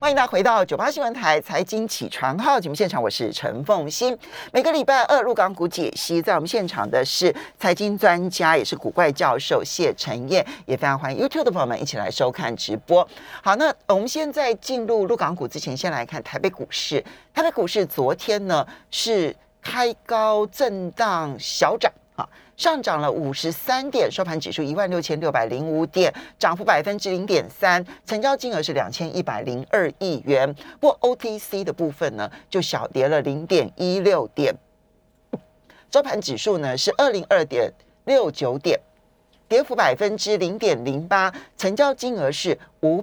欢迎大家回到98新闻台财经起床号节目现场，我是陈凤馨。每个礼拜二入港股解析，在我们现场的是财经专家，也是股怪教授谢晨彦，也非常欢迎 YouTube 的朋友们一起来收看直播。好，那我们现在进入入港股之前，先来看台北股市。台北股市昨天呢是开高震荡小涨。上涨了53点，收盘指数16605点，涨幅0.3%，成交金额是2102亿元。不过 OTC 的部分呢，就小跌了0.16点，收盘指数呢是202.69点，跌幅0.08%，成交金额是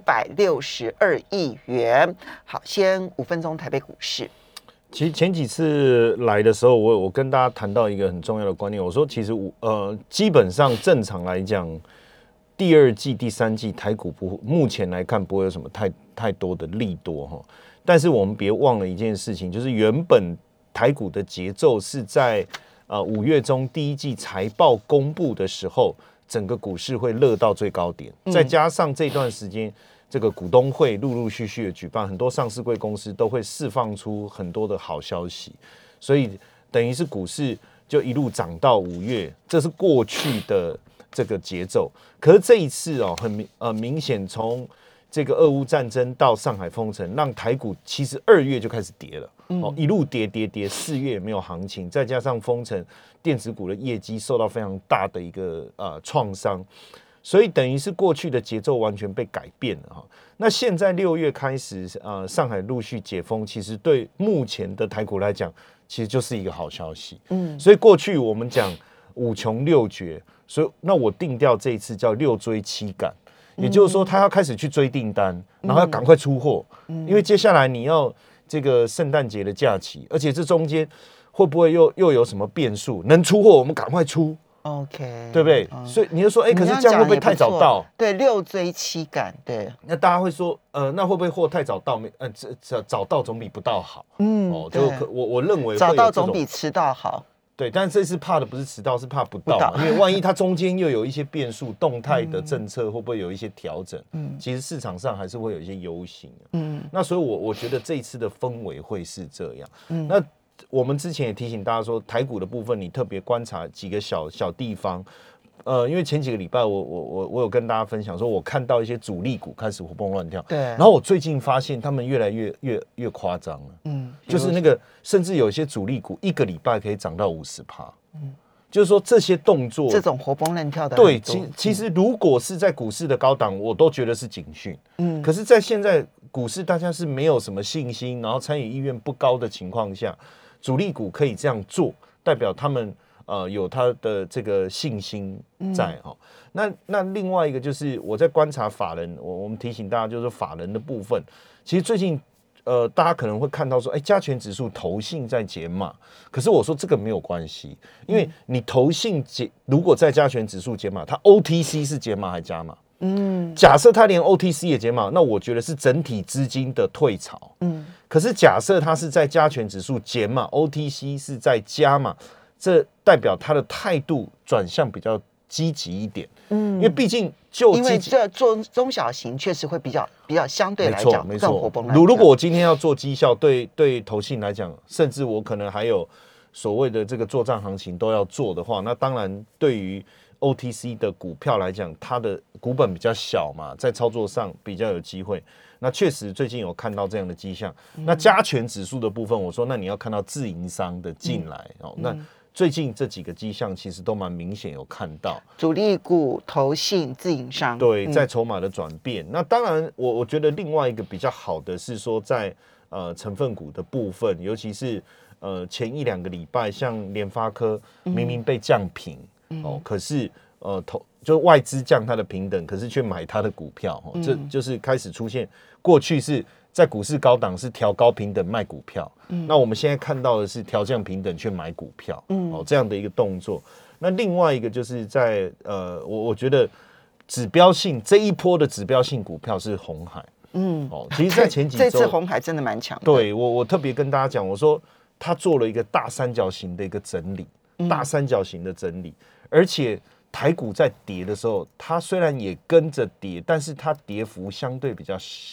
562亿元。好，先5分钟台北股市。 其实前几次来的时候，我跟大家谈到一个很重要的观念，我说其实基本上正常来讲，第二季、第三季台股目前来看不会有什么太多的利多哈。但是我们别忘了一件事情，就是原本台股的节奏是在5月中第一季财报公布的时候，整个股市会热到最高点，再加上这段时间。这个股东会陆陆续续的举办，很多上市柜公司都会释放出很多的好消息，所以等于是股市就一路涨到5月，这是过去的这个节奏。可是这一次很明显，从这个俄乌战争到上海封城，让台股其实2月就开始跌了，一路跌，4月也没有行情，再加上封城，电子股的业绩受到非常大的一个创伤。所以等于是过去的节奏完全被改变了哈。那现在6月开始，上海陆续解封，其实对目前的台股来讲，其实就是一个好消息。所以过去我们讲5穷6绝，所以那我定调这一次叫6追7赶，也就是说他要开始去追订单，然后要赶快出货，因为接下来你要这个圣诞节的假期，而且这中间会不会又有什么变数？能出货我们赶快出。OK， 对不对？所以你就说，可是这样会不会太早到？ 对，6追7赶，对。 那大家会说，那会不会货太早到？早到总比不到好。我认为早到总比迟到好。 对，但是这次怕的不是迟到，是怕不到，因为万一它中间又有一些变数，动态的政策会不会有一些调整？其实市场上还是会有一些忧心。那所以我觉得这一次的氛围会是这样。那我们之前也提醒大家说，台股的部分你特别观察几个小地方，因为前几个礼拜我有跟大家分享说，我看到一些主力股开始活蹦乱跳， 对。 然后我最近发现他们越来越夸张了，就是那个甚至有一些主力股1个礼拜可以涨到50%，就是说这些动作， 这种活蹦乱跳的， 对，其实如果是在股市的高档，我都觉得是警讯，可是，在现在股市大家是没有什么信心，然后参与意愿不高的情况下。主力股可以这样做，代表他们有他的这个信心在哈。那另外一个就是我在观察法人，我们提醒大家就是法人的部分，其实最近大家可能会看到说，加权指数投信在减码，可是我说这个没有关系，因为你投信如果在加权指数减码，它 OTC 是减码还加码？假设它连 OTC 也减码，那我觉得是整体资金的退潮。可是假设它是在加权指数减码 ，OTC 是在加码，这代表它的态度转向比较积极一点。因为毕竟因为这做中小型确实会比较相对来讲更活蹦乱跳。 如果我今天要做绩效，对投信来讲，甚至我可能还有所谓的这个作战行情都要做的话，那当然对于OTC 的股票来讲，它的股本比较小嘛，在操作上比较有机会。那确实最近有看到这样的迹象。那加权指数的部分，我说那你要看到自营商的进来那最近这几个迹象其实都蛮明显有看到， 主力股、投信、自营商， 对，在筹码的转变。那当然我觉得另外一个比较好的是说在成分股的部分，尤其是前1-2个礼拜，像联发科明明被降评。可是就外资降它的平等，可是却买它的股票，这就是开始出现。过去是在股市高档是调高平等卖股票，那我们现在看到的是调降平等却买股票，这样的一个动作。那另外一个就是在我觉得指标性这一波的指标性股票是鸿海，其实在前几周这次鸿海真的蛮强的。 对，我特别跟大家讲，我说他做了一个大三角形的一个整理，大三角形的整理，而且台股在跌的时候，它虽然也跟着跌，但是它跌幅相对比较小，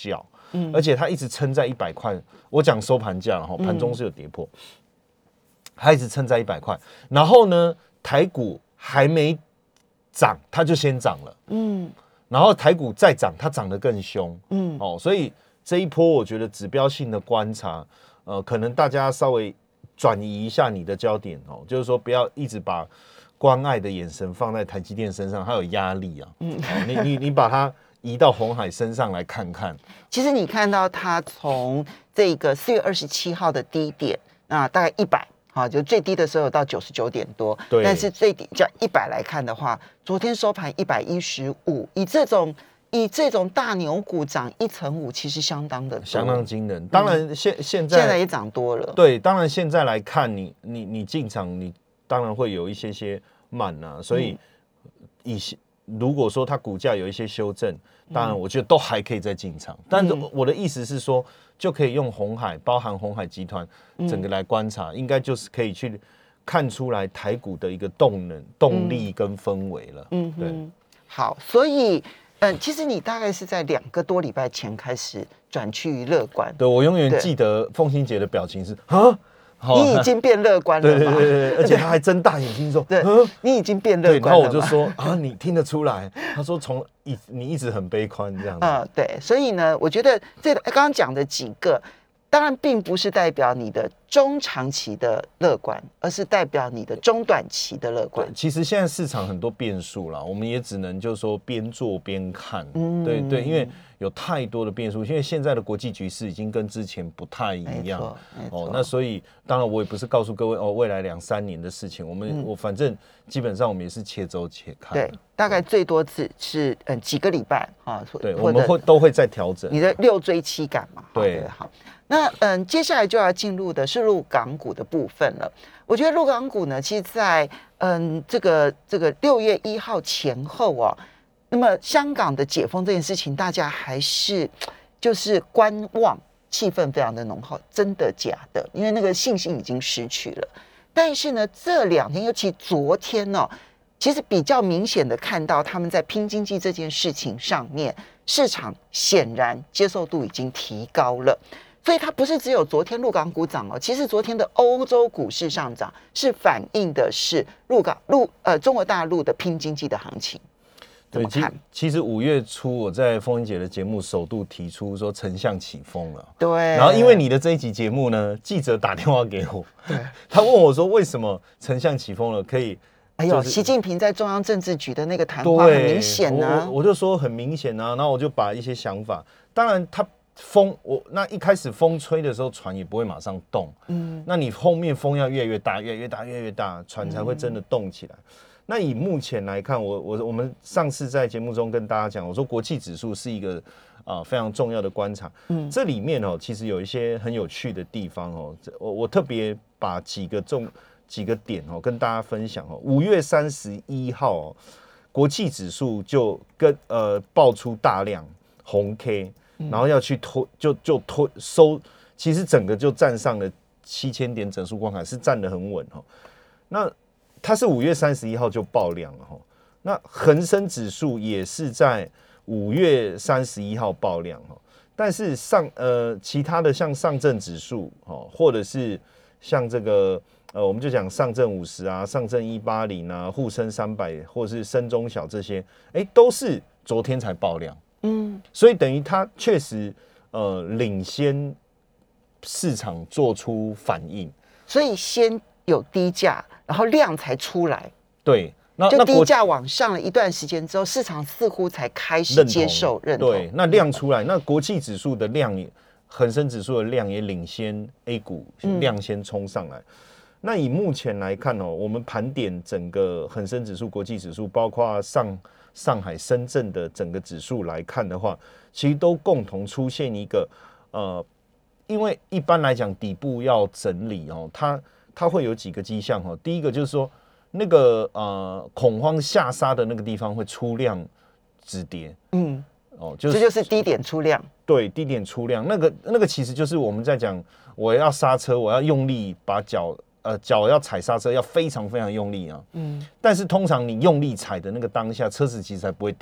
而且它一直撑在100块。我讲收盘价了哈，盘中是有跌破，它一直撑在100块。然后呢，台股还没涨，它就先涨了，然后台股再涨，它涨得更凶，所以这一波我觉得指标性的观察，可能大家稍微转移一下你的焦点就是说不要一直把关爱的眼神放在台积电身上，它有压力啊，你把它移到鸿海身上来看看。 其实你看到它从这个4月27号的低点，那大概100，就最低的时候有到99点多， 对， 但是最低叫100来看的话，昨天收盘115，以这种大牛股涨1成5，其实相当的多， 相当惊人。当然现在也涨多了， 对，当然现在来看你进场，你当然会有一些慢啊，所以如果说它股价有一些修正，当然我觉得都还可以再进场。但是我的意思是说，就可以用鸿海，包含鸿海集团整个来观察，应该就是可以去看出来台股的一个动力跟氛围了。对， 好，所以其实你大概是在2个多礼拜前开始转趋于乐观。 对，我永远记得凤馨姐的表情是啊。 你已经变乐观了嘛？ 对，而且他还睁大眼睛说：“ 对，你已经变乐观了。” 然后我就说：“啊，你听得出来？”他说：“你一直很悲观这样子。” 对，所以呢，我觉得刚刚讲的几个，当然并不是代表你的中长期的乐观，而是代表你的中短期的乐观。 其实现在市场很多变数啦，我们也只能就是说边做边看。对，因为有太多的变数，因为现在的国际局势已经跟之前不太一样。那所以当然我也不是告诉各位未来2-3年的事情，我反正基本上我们也是且走且看。 对，大概最多是几个礼拜对，我们都会再调整。 你的6追7赶嘛。 对， 好。那接下来就要进入的是陆港股的部分了。我觉得陆港股呢，其实在这个6月1号前后那么香港的解封这件事情，大家还是就是观望，气氛非常的浓厚，真的假的？因为那个信心已经失去了。但是呢，这2天，尤其昨天其实比较明显的看到他们在拼经济这件事情上面，市场显然接受度已经提高了。所以它不是只有昨天陆港股涨其实昨天的欧洲股市上涨是反映的是中国大陆的拼经济的行情。怎么看？ 其实5月初我在凤馨姐的节目首度提出说丞相起风了。 对。 然后因为你的这一集节目呢，记者打电话给我，他问我说为什么丞相起风了可以。 习近平在中央政治局的那个谈话很明显啊。 我就说很明显啊，然后我就把一些想法，当然他。那一开始风吹的时候，船也不会马上动。那你后面风要越来越大，越来越大，船才会真的动起来。那以目前来看，我们上次在节目中跟大家讲，我说国际指数是一个非常重要的观察。这里面其实有一些很有趣的地方我特别把几个点跟大家分享5月31号国际指数就爆出大量红 K。然后要去推，就推收，其实整个就站上了7000点整数关卡，是站得很稳那它是5月31号就爆量了那恒生指数也是在5月31号爆量但是其他的像上证指数或者是像这个我们就讲上证50啊、上证180啊、沪深300或者是深中小这些，都是昨天才爆量。所以等于它确实领先市场做出反应， 所以先有低价，然后量才出来。 对， 就低价往上了一段时间之后，市场似乎才开始接受认同。 对，那量出来，那国际指数的量也，恒生指数的量也领先 A 股量先冲上来。那以目前来看我们盘点整个恒生指数、国际指数，包括上海、深圳的整个指数来看的话，其实都共同出现一个因为一般来讲底部要整理它会有几个迹象第一个就是说那个恐慌下杀的那个地方会出量止跌， 这就是低点出量。 对，低点出量，那个其实就是我们在讲，我要刹车，我要用力把脚要踩刹车，要非常非常用力但是通常你用力踩的那个当下，车子其实还不会停，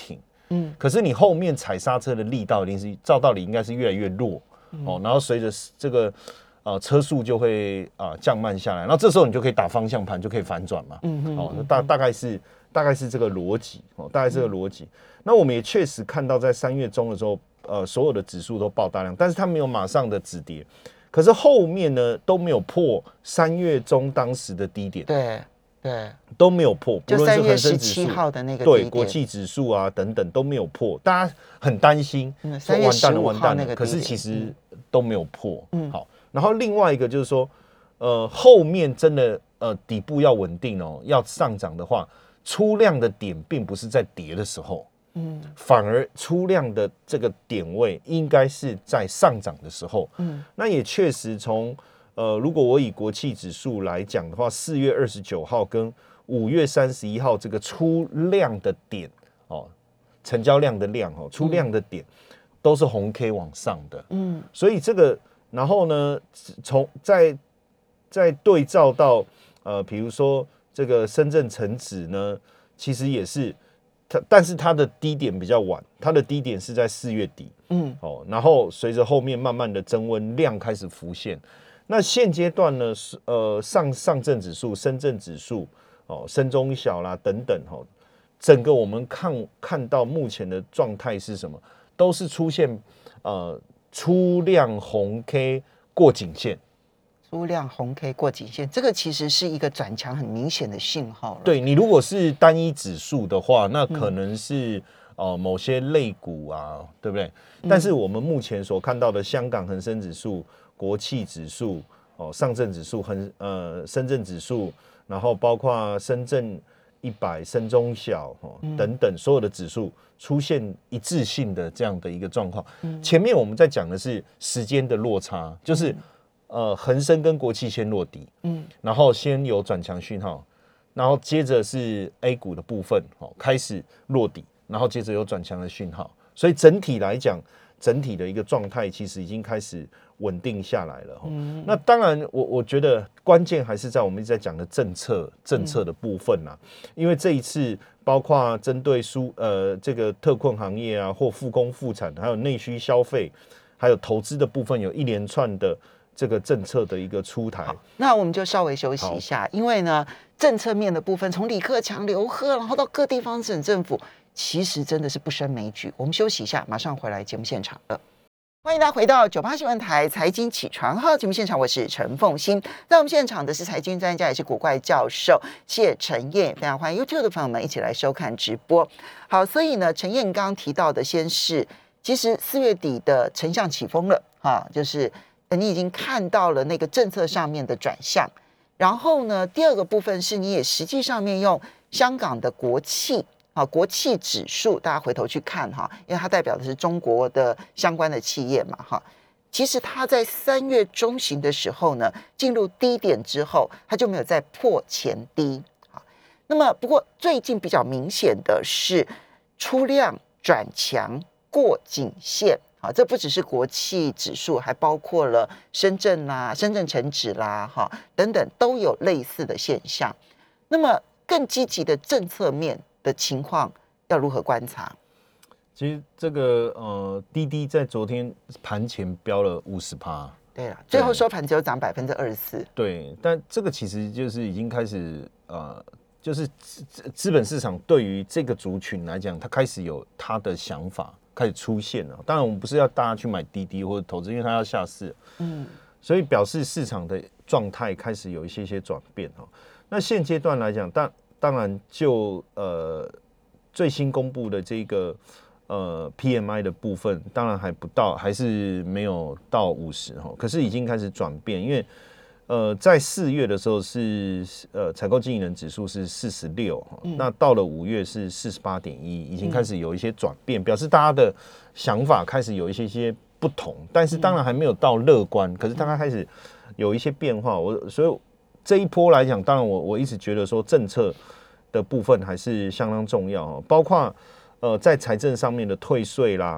可是你后面踩刹车的力道一定是照道理应该是越来越弱，然后随着这个车速就会降慢下来，然后这时候你就可以打方向盘，就可以反转嘛，大概是这个逻辑，大概是这个逻辑。那我们也确实看到在3月中的时候，所有的指数都爆大量，但是它没有马上的止跌，可是后面呢都没有破3月中当时的低点， 对， 都没有破， 就3月17号的那个低点， 对，国际指数啊等等都没有破，大家很担心， 说完蛋了， 可是其实都没有破。好，然后另外一个就是说，后面真的底部要稳定哦，要上涨的话，出量的点并不是在跌的时候，反而出量的这个点位应该是在上涨的时候。那也确实从如果我以国企指数来讲的话，4月29号跟5月31号这个出量的点成交量的量出量的点都是红 K 往上的，所以这个，然后呢，再对照到比如说这个深圳成指呢，其实也是但是它的低点比较晚，它的低点是在4月底，然后随着后面慢慢的增温，量开始浮现。那现阶段呢，上证指数、深圳指数、深中小啦等等，整个我们看到目前的状态是什么？都是出现出量红 K 过颈线， 出量红 K 过颈线，这个其实是一个转强很明显的信号了。 对，你如果是单一指数的话，那可能是某些类股啊，对不对？但是我们目前所看到的香港恒生指数、国企指数、上证指数、深圳指数，然后包括深圳100、深中小等等所有的指数出现一致性的这样的一个状况。前面我们在讲的是时间的落差，就是恒生跟国企先落底，然后先有转强讯号，然后接着是 A 股的部分开始落底，然后接着有转强的讯号，所以整体来讲，整体的一个状态其实已经开始稳定下来了。那当然我觉得关键还是在我们一直在讲的政策的部分啦，因为这一次包括针对这个特困行业啊，或复工复产，还有内需消费，还有投资的部分，有一连串的这个政策的一个出台。 那我们就稍微休息一下，因为呢，政策面的部分，从李克强、刘鹤，然后到各地方省政府，其实真的是不胜枚举。我们休息一下，马上回来节目现场了。欢迎大家回到98新闻台财经起床号节目现场，我是陈凤馨。在我们现场的是财经专家，也是古怪教授谢晨燕，非常欢迎 YouTube 的朋友们一起来收看直播。好，所以呢，晨燕刚刚提到的，先是其实4月底的丞相起风了就是你已经看到了那个政策上面的转向。然后呢，第二个部分是你也实际上面用香港的国企指数，大家回头去看因为它代表的是中国的相关的企业嘛其实它在3月中旬的时候呢，进入低点之后，它就没有再破前低那么不过最近比较明显的是出量转强过颈线这不只是国企指数，还包括了深圳啦、深圳成指啦等等，都有类似的现象。那么更积极的政策面的情况要如何观察？ 其实这个滴滴在昨天盘前飙了50%， 对了，最后收盘只有涨24%。 对，但这个其实就是已经开始就是资本市场对于这个族群来讲，它开始有它的想法开始出现了。当然，我们不是要大家去买滴滴或者投资，因为它要下市，所以表示市场的状态开始有一些转变那现阶段来讲，当然就最新公布的这个PMI 的部分，当然还不到，还是没有到50可是已经开始转变，因为在4月的时候是采购经理人指数是46那到了5月是48.1，已经开始有一些转变，表示大家的想法开始有一些不同，但是当然还没有到乐观，可是大概开始有一些变化。所以这一波来讲，当然我一直觉得说政策的部分还是相当重要包括在财政上面的退税啦，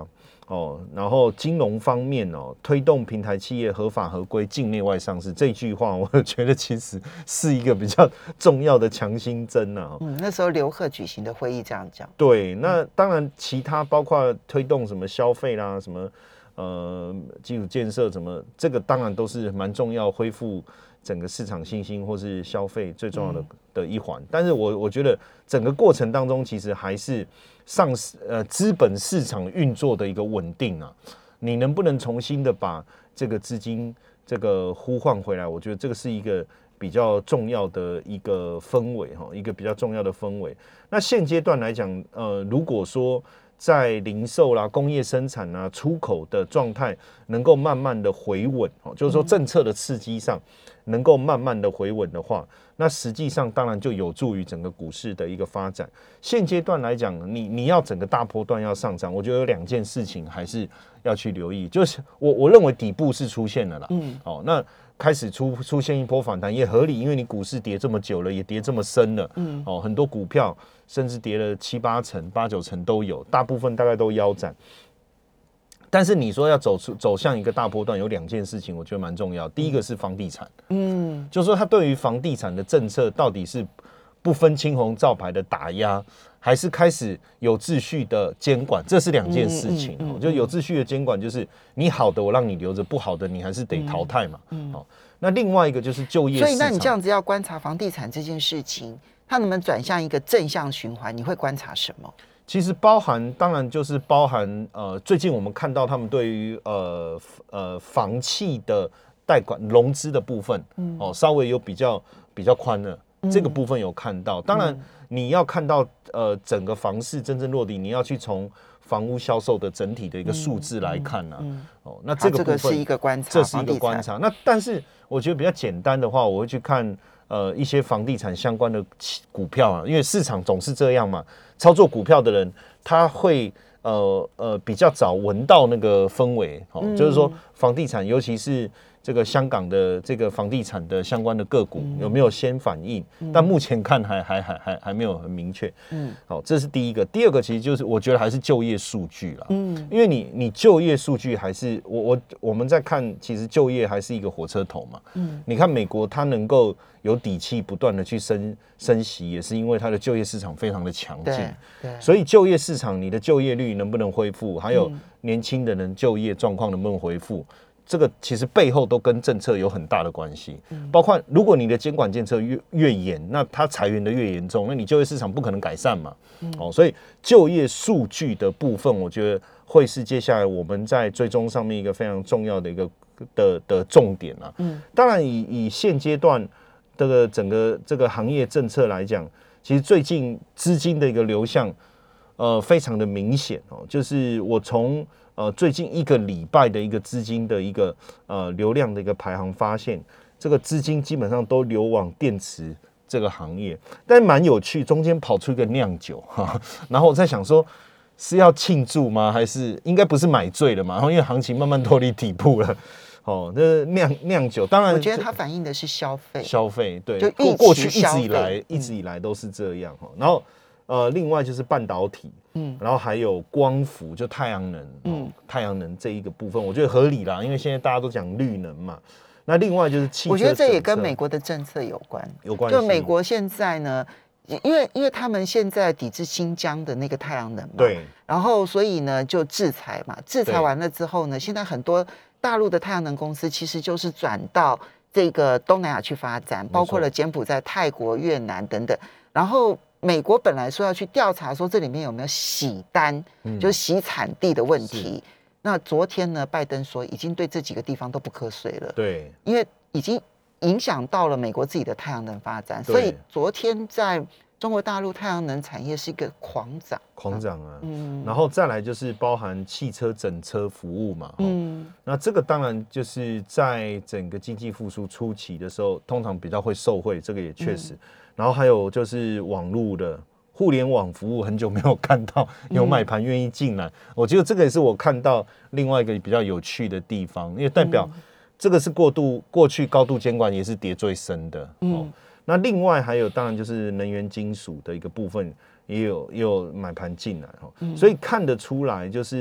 然后金融方面推动平台企业合法合规、境内外上市，这句话我觉得其实是一个比较重要的强心针啊。 那时候刘鹤举行的会议这样讲。 对，那当然其他包括推动什么消费啦，什么基础建设什么，这个当然都是蛮重要，恢复整个市场信心或是消费最重要的一环。但是我觉得整个过程当中，其实还是资本市场运作的一个稳定啊，你能不能重新的把这个资金这个呼唤回来？我觉得这个是一个比较重要的一个氛围哈，一个比较重要的氛围。那现阶段来讲，如果说在零售啦、工业生产啊、出口的状态能够慢慢的回稳，就是说政策的刺激上能够慢慢的回稳的话，那实际上当然就有助于整个股市的一个发展。现阶段来讲，你要整个大波段要上涨，我觉得有2件事情还是要去留意，就是我认为底部是出现了啦，那开始出现一波反弹也合理，因为你股市跌这么久了，也跌这么深了，很多股票甚至跌了7、8成、8、9成都有，大部分大概都腰斩。但是你说要走向一个大波段，有2件事情我觉得蛮重要。第一个是房地产，就是说它对于房地产的政策到底是不分青红皂白的打压，还是开始有秩序的监管，这是2件事情。就有秩序的监管，就是你好的我让你留着，不好的你还是得淘汰嘛。那另外一个就是就业市场。 所以那你这样子要观察房地产这件事情，它能不能转向一个正向循环？你会观察什么？ 其实当然就是包含最近我们看到他们对于房企的贷款融资的部分，稍微有比较宽了，这个部分有看到。当然你要看到整个房市真正落地，你要去从房屋销售的整体的一个数字来看啊。那这个部分是一个观察， 这是一个观察。那但是我觉得比较简单的话，我会去看一些房地产相关的股票啊，因为市场总是这样嘛。操作股票的人，他会比较早闻到那个氛围，就是说房地产，尤其是这个香港的这个房地产的相关的个股有没有先反应？但目前看还没有很明确。好，这是第一个。第二个其实就是我觉得还是就业数据啦。因为你就业数据还是我们在看，其实就业还是一个火车头嘛。你看美国它能够有底气不断的去升息，也是因为它的就业市场非常的强劲。所以就业市场你的就业率能不能恢复，还有年轻的人就业状况能不能恢复，这个其实背后都跟政策有很大的关系。包括如果你的监管政策越严，那它裁员的越严重，那你就业市场不可能改善嘛。所以就业数据的部分，我觉得会是接下来我们在追踪上面一个非常重要的一个的重点啊。当然以现阶段这个整个这个行业政策来讲，其实最近资金的一个流向非常的明显就是我从最近1个礼拜的一个资金的一个流量的一个排行发现，这个资金基本上都流往电池这个行业，但蛮有趣，中间跑出一个酿酒然后我在想说是要庆祝吗？还是应该不是买醉了嘛？然后因为行情慢慢脱离底部了。那酿酒，当然我觉得它反映的是消费， 对， 就过去一直以来都是这样。然后另外就是半导体，然后还有光伏，就太阳能，太阳能这一个部分，我觉得合理啦，因为现在大家都讲绿能嘛。那另外就是汽车， 我觉得这也跟美国的政策有关系。就美国现在呢，因为他们现在抵制新疆的那个太阳能嘛， 对， 然后所以呢就制裁嘛，制裁完了之后呢，现在很多大陆的太阳能公司其实就是转到这个东南亚去发展，包括了柬埔寨、泰国、越南等等。然后美国本来说要去调查说这里面有没有洗单，就是洗产地的问题。那昨天呢，拜登说已经对这几个地方都不课税了， 对， 因为已经影响到了美国自己的太阳能发展，所以昨天在中国大陆太阳能产业是一个狂涨啊。然后再来就是包含汽车整车服务嘛，那这个当然就是在整个经济复苏初期的时候，通常比较会受惠，这个也确实。然后还有就是网络的互联网服务，很久没有看到有买盘愿意进来，我觉得这个也是我看到另外一个比较有趣的地方，因为代表这个是过去高度监管也是跌最深的。那另外还有当然就是能源金属的一个部分也有买盘进来，所以看得出来就是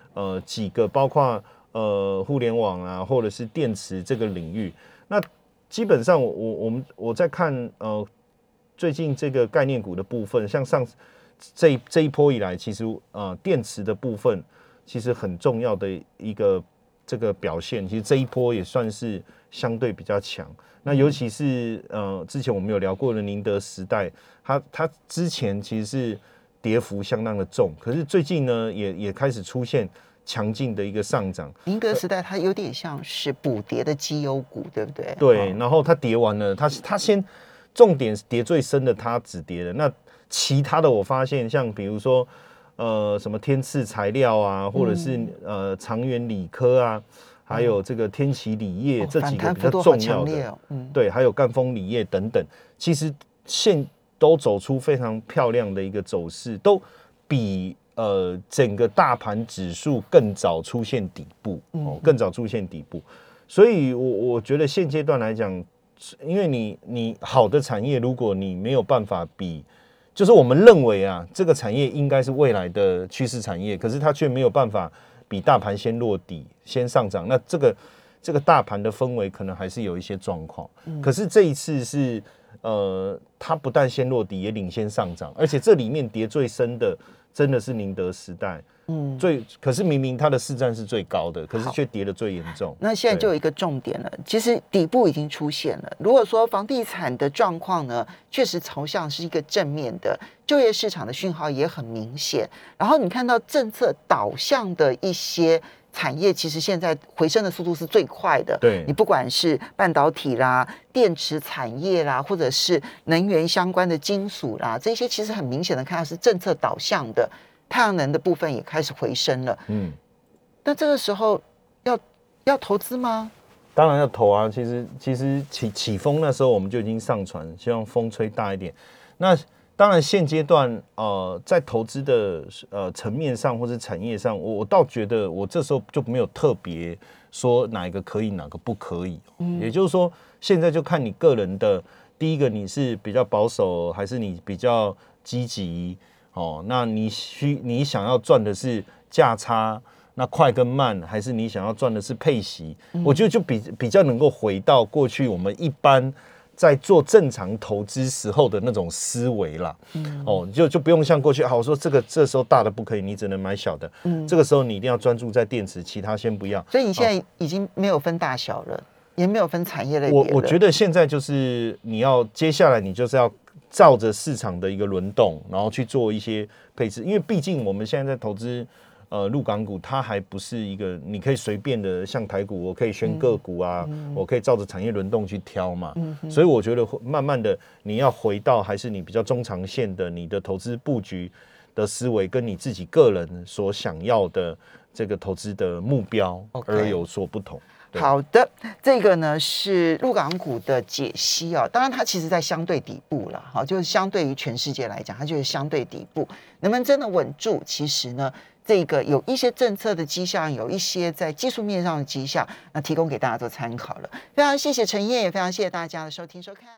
几个包括互联网啊，或者是电池这个领域。那基本上我在看最近这个概念股的部分，像这一波以来，其实电池的部分其实很重要的一个这个表现，其实这一波也算是相对比较强。那尤其是之前我们有聊过的宁德时代，它之前其实是跌幅相当的重，可是最近呢也开始出现强劲的一个上涨。 宁德时代它有点像是补跌的绩优股，对不对？ 对，然后它跌完了，它先重点跌最深的，它止跌了。那其他的我发现，像比如说什么天赐材料啊，或者是长源理科啊，还有这个天齐锂业，这几个比较重要的，对，还有赣锋锂业等等，其实现都走出非常漂亮的一个走势，都比整个大盘指数更早出现底部，更早出现底部。所以我觉得现阶段来讲，因为你好的产业，如果你没有办法比，就是我们认为啊，这个产业应该是未来的趋势产业，可是它却没有办法比大盘先落底、先上涨，那这个大盘的氛围可能还是有一些状况。可是这一次是它不但先落底，也领先上涨，而且这里面跌最深的真的是宁德时代。可是明明它的市占是最高的，可是却跌得最严重。 那现在就有一个重点了，其实底部已经出现了。如果说房地产的状况呢，确实朝向是一个正面的，就业市场的讯号也很明显。然后你看到政策导向的一些产业，其实现在回升的速度是最快的。 对， 你不管是半导体啦、电池产业啦，或者是能源相关的金属啦，这些其实很明显的看到是政策导向的。太阳能的部分也开始回升了，那这个时候要投资吗？ 当然要投啊！其实起风那时候我们就已经上船，希望风吹大一点。那当然现阶段在投资的层面上或是产业上，我倒觉得我这时候就没有特别说哪一个可以，哪个不可以。也就是说，现在就看你个人的，第一个你是比较保守，还是你比较积极？那你想要赚的是价差，那快跟慢，还是你想要赚的是配息？我觉得就比较能够回到过去我们一般在做正常投资时候的那种思维啦。就不用像过去我说这时候大的不可以，你只能买小的。这个时候你一定要专注在电池，其他先不要。 所以你现在已经没有分大小了，也没有分产业类别了。 我觉得现在就是接下来你就是要照着市场的一个轮动，然后去做一些配置，因为毕竟我们现在在投资陆港股，它还不是一个你可以随便的像台股，我可以选个股啊，我可以照着产业轮动去挑嘛。所以我觉得慢慢的你要回到还是你比较中长线的你的投资布局的思维，跟你自己个人所想要的这个投资的目标而有所不同。 好的，这个呢是陆港股的解析啊，当然它其实在相对底部了，好，就是相对于全世界来讲，它就是相对底部，能不能真的稳住？其实呢，这个有一些政策的迹象，有一些在技术面上的迹象，那提供给大家做参考了。非常谢谢陈燕，也非常谢谢大家的收听收看。